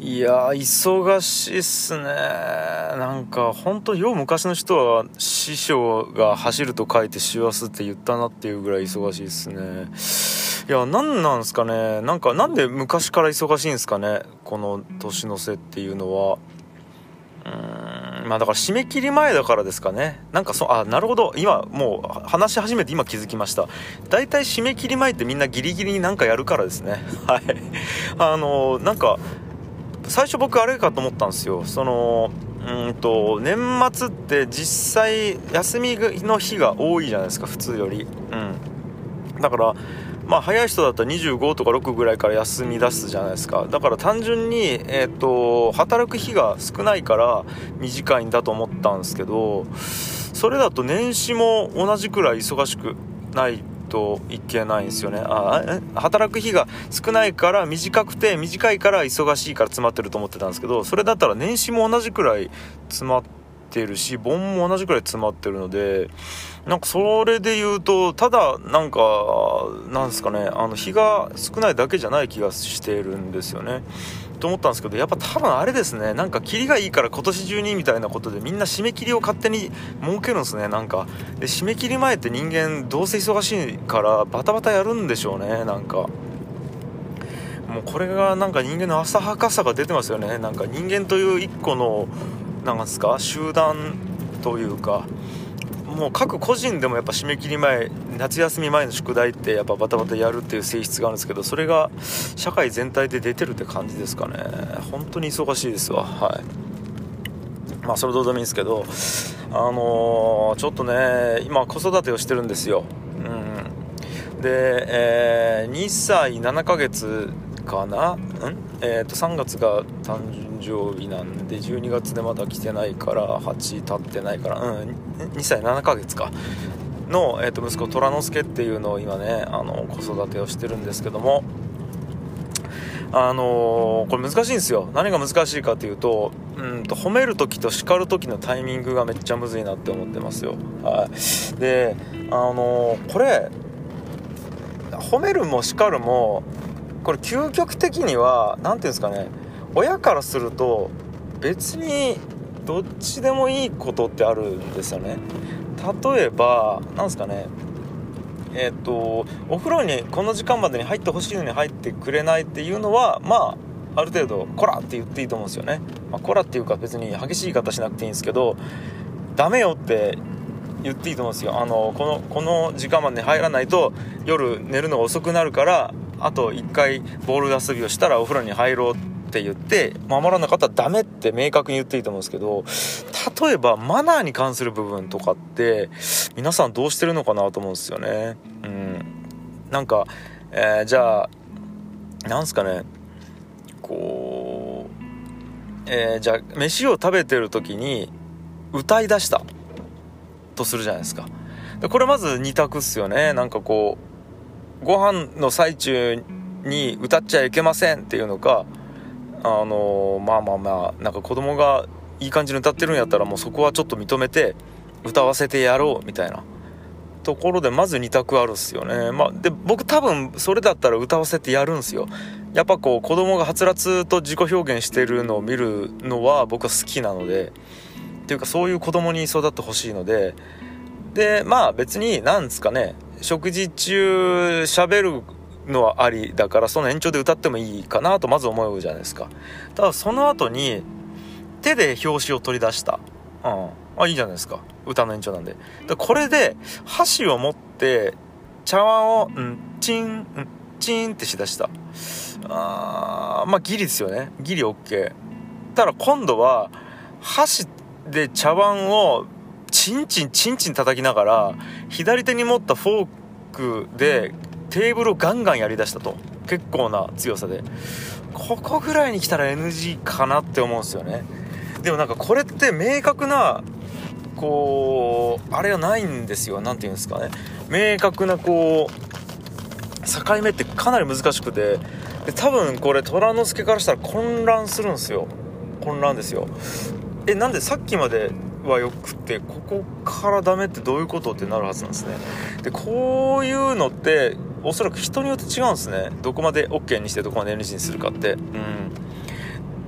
いや忙しいっすね。なんか本当よう昔の人は師匠が走ると書いて師走って言ったなっていうぐらい忙しいっすね。いやなんなんですかね。なんで昔から忙しいんですかね、この年の瀬っていうのは。まあだから締め切り前だからですかね。なるほど、今もう話し始めて今気づきました。だいたい締め切り前ってみんなギリギリになんかやるからですね。はいなんか最初僕あれかと思ったんですよ。年末って実際休みの日が多いじゃないですか、普通より。だからまあ早い人だったら25とか6ぐらいから休み出すじゃないですか。だから単純に働く日が少ないから短いんだと思ったんですけど、それだと年始も同じくらい忙しくないといけないんですよね。働く日が少ないから短いから忙しいから詰まってると思ってたんですけど、それだったら年始も同じくらい詰まってるし、盆も同じくらい詰まってるので、なんかそれで言うとただなんですかね、日が少ないだけじゃない気がしてるんですよねと思ったんですけど、やっぱ多分あれですね、なんかキリがいいから今年中にみたいなことでみんな締め切りを勝手に設けるんですね。なんかで締め切り前って人間どうせ忙しいからバタバタやるんでしょうね。なんかもうこれがなんか人間の浅はかさが出てますよね。なんか人間という一個のなんですか集団というか、もう各個人でもやっぱ締め切り前、夏休み前の宿題ってやっぱバタバタやるっていう性質があるんですけど、それが社会全体で出てるって感じですかね。本当に忙しいですわ。はい。まあそれどうでもいいんですけど、ちょっとね今子育てをしてるんですよ。で、2歳7ヶ月かな。3月が誕生日なんで12月でまだ来てないから8経ってないから、2歳7ヶ月かの、息子虎之助っていうのを今ね子育てをしてるんですけども、これ難しいんですよ。何が難しいかというと、褒める時と叱る時のタイミングがめっちゃむずいなって思ってますよ。はい。でこれ褒めるも叱るもこれ究極的にはなんていうんですかね、親からすると別にどっちでもいいことってあるんですよね。例えばなんですかね、お風呂にこの時間までに入ってほしいのに入ってくれないっていうのはまあある程度コラって言っていいと思うんですよね。コラっていうか別に激しい言い方しなくていいんですけど、ダメよって言っていいと思うんですよ。この時間までに入らないと夜寝るのが遅くなるから、あと1回ボール遊びをしたらお風呂に入ろうって言って守らなかったらダメって明確に言っていいと思うんですけど、例えばマナーに関する部分とかって皆さんどうしてるのかなと思うんですよね。なんか、じゃあなんすかね、こう、じゃあ飯を食べてる時に歌い出したとするじゃないですか。でこれまず二択っすよね。なんかこうご飯の最中に歌っちゃいけませんっていうのか、なんか子供がいい感じに歌ってるんやったらもうそこはちょっと認めて歌わせてやろうみたいなところでまず二択あるっすよね。で僕多分それだったら歌わせてやるんすよ。やっぱこう子供がはつらつと自己表現してるのを見るのは僕は好きなので、っていうかそういう子供に育ってほしいので、まあ別になんですかね、食事中喋るのはありだからその延長で歌ってもいいかなとまず思うじゃないですか。ただその後に手で表紙を取り出した、いいじゃないですか、歌の延長なんで。これで箸を持って茶碗をチンチンってしだした、まあギリですよね。ギリ OK。 ただ今度は箸で茶碗をチンチン叩きながら左手に持ったフォークでテーブルをガンガンやりだしたと、結構な強さで。ここぐらいに来たら NG かなって思うんですよね。でもなんかこれって明確なこうあれはないんですよ。なんていうんですかね、明確なこう境目ってかなり難しくて、で多分これ虎之助からしたら混乱するんですよ。混乱ですよ。なんでさっきまではよくてここからダメってどういうことってなるはずなんですね。でこういうのっておそらく人によって違うんですね。どこまで OK にしてどこまで NG にするかって。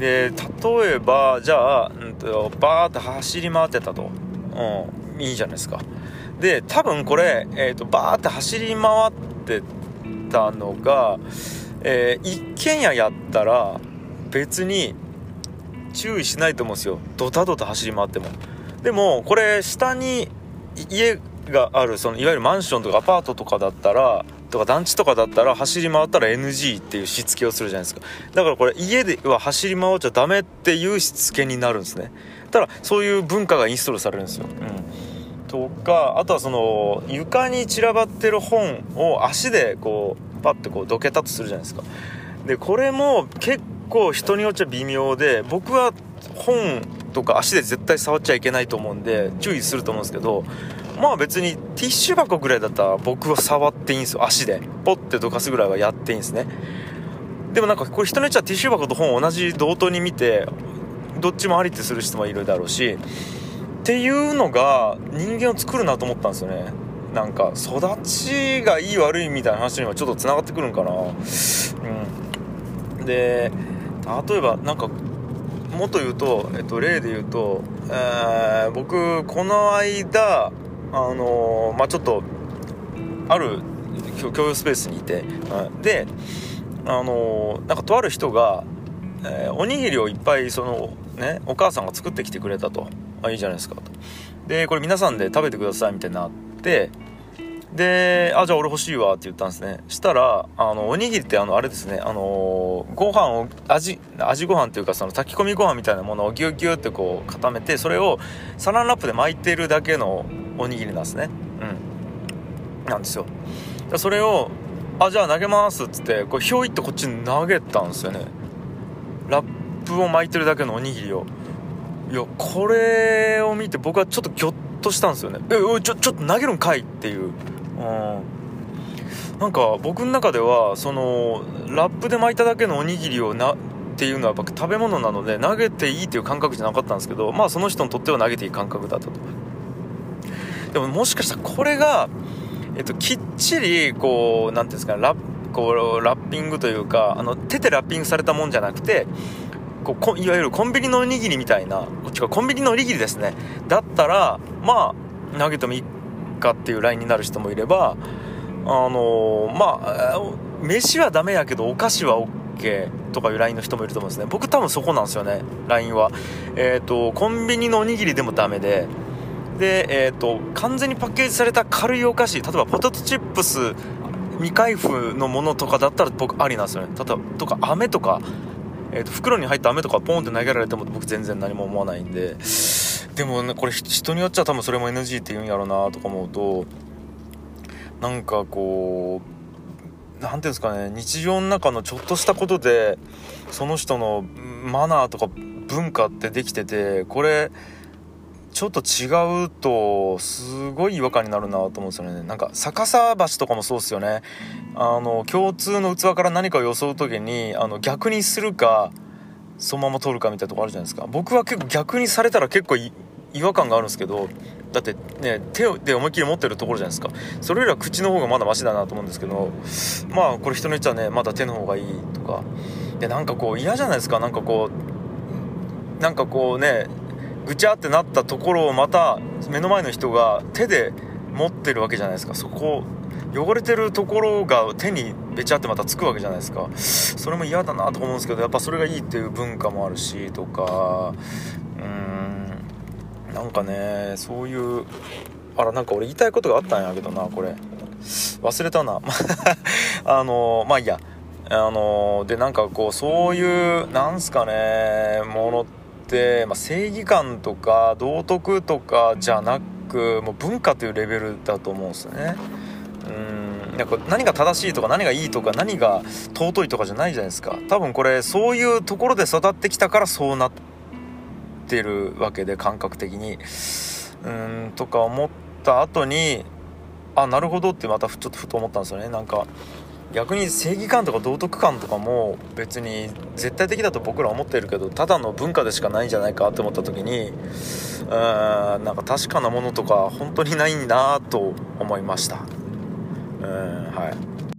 で例えばじゃあ、バーって走り回ってたと、いいじゃないですか。で多分これ、バーって走り回ってたのが、一軒家やったら別に注意しないと思うんですよ、ドタドタ走り回っても。でもこれ下に家がある、そのいわゆるマンションとかアパートとかだったらとか団地とかだったら走り回ったら NG っていうしつけをするじゃないですか。だからこれ家では走り回っちゃダメっていうしつけになるんですね。ただそういう文化がインストールされるんですよ、とか、あとはその床に散らばってる本を足でこうパッてこうどけたとするじゃないですか。でこれも結構人によっちゃ微妙で、僕は本とか足で絶対触っちゃいけないと思うんで注意すると思うんですけど、まあ別にティッシュ箱ぐらいだったら僕は触っていいんですよ。足でポッてどかすぐらいはやっていいんですね。でもなんかこれ人によっちゃティッシュ箱と本を同じ同等に見てどっちもありってする人もいるだろうしっていうのが人間を作るなと思ったんですよね。なんか育ちがいい悪いみたいな話にはちょっとつながってくるんかな。で例えばなんかもっと言うと、例で言うと、僕この間ちょっとある共用スペースにいて、でなんかとある人が、おにぎりをいっぱいそのねお母さんが作ってきてくれたと。いいじゃないですかと。でこれ皆さんで食べてくださいみたいになって、でじゃあ俺欲しいわって言ったんですね。したらおにぎりってあれですね、ご飯を味ご飯っていうかその炊き込みご飯みたいなものをギュギュってこう固めて、それをサランラップで巻いてるだけのおにぎりなんですね。なんですよ。それをじゃあ投げますっつってこうひょいってこっちに投げたんですよね。ラップを巻いてるだけのおにぎりを。いやこれを見て僕はちょっとギョッとしたんですよね。ちょっと投げるんかいっていう。なんか僕の中ではそのラップで巻いただけのおにぎりをっていうのはやっぱ食べ物なので投げていいっていう感覚じゃなかったんですけど、まあその人にとっては投げていい感覚だったと。でももしかしたらこれが、きっちりこうなんていうんですか、ラッピングというか手でラッピングされたもんじゃなくていわゆるコンビニのおにぎりみたいな、こっちがコンビニのおにぎりですねだったらまあ投げてもいいかっていうラインになる人もいれば、飯はダメやけどお菓子は OK とかいうラインの人もいると思うんですね。僕多分そこなんですよね、ラインは。コンビニのおにぎりでもダメで、完全にパッケージされた軽いお菓子、例えばポテトチップス未開封のものとかだったら僕ありなんですよね。例えばとか飴とか、袋に入った飴とかポンって投げられても僕全然何も思わないんで。でもねこれ人によっちゃ多分それも NG って言うんやろうなとか思うと、なんかこうなんていうんですかね、日常の中のちょっとしたことでその人のマナーとか文化ってできてて、これちょっと違うとすごい違和感になるなと思うんですよね。なんか逆さ橋とかもそうですよね。共通の器から何かをよそうときに逆にするかそのまま取るかみたいなとこあるじゃないですか。僕は結構逆にされたら結構違和感があるんですけど、だってね手で思いっきり持ってるところじゃないですか。それよりは口の方がまだマシだなと思うんですけど、まあこれ人によっちゃねまだ手の方がいいとかで、なんかこう嫌じゃないですか。なんかこうねぐちゃってなったところをまた目の前の人が手で持ってるわけじゃないですか。そこ汚れてるところが手にべちゃってまたつくわけじゃないですか。それも嫌だなと思うんですけど、やっぱそれがいいっていう文化もあるしとか、なんかねそういうなんか俺言いたいことがあったんやけどな、これ忘れたなまあいいや。でなんかこうそういうなんすかねものって、正義感とか道徳とかじゃなくもう文化というレベルだと思うんですよね。なんか何が正しいとか何がいいとか何が尊いとかじゃないじゃないですか。多分これそういうところで育ってきたからそうなってるわけで、感覚的にとか思った後になるほどってまたちょっとふと思ったんですよね。なんか逆に正義感とか道徳感とかも別に絶対的だと僕ら思ってるけどただの文化でしかないんじゃないかって思った時になんか確かなものとか本当にないなと思いました。はい。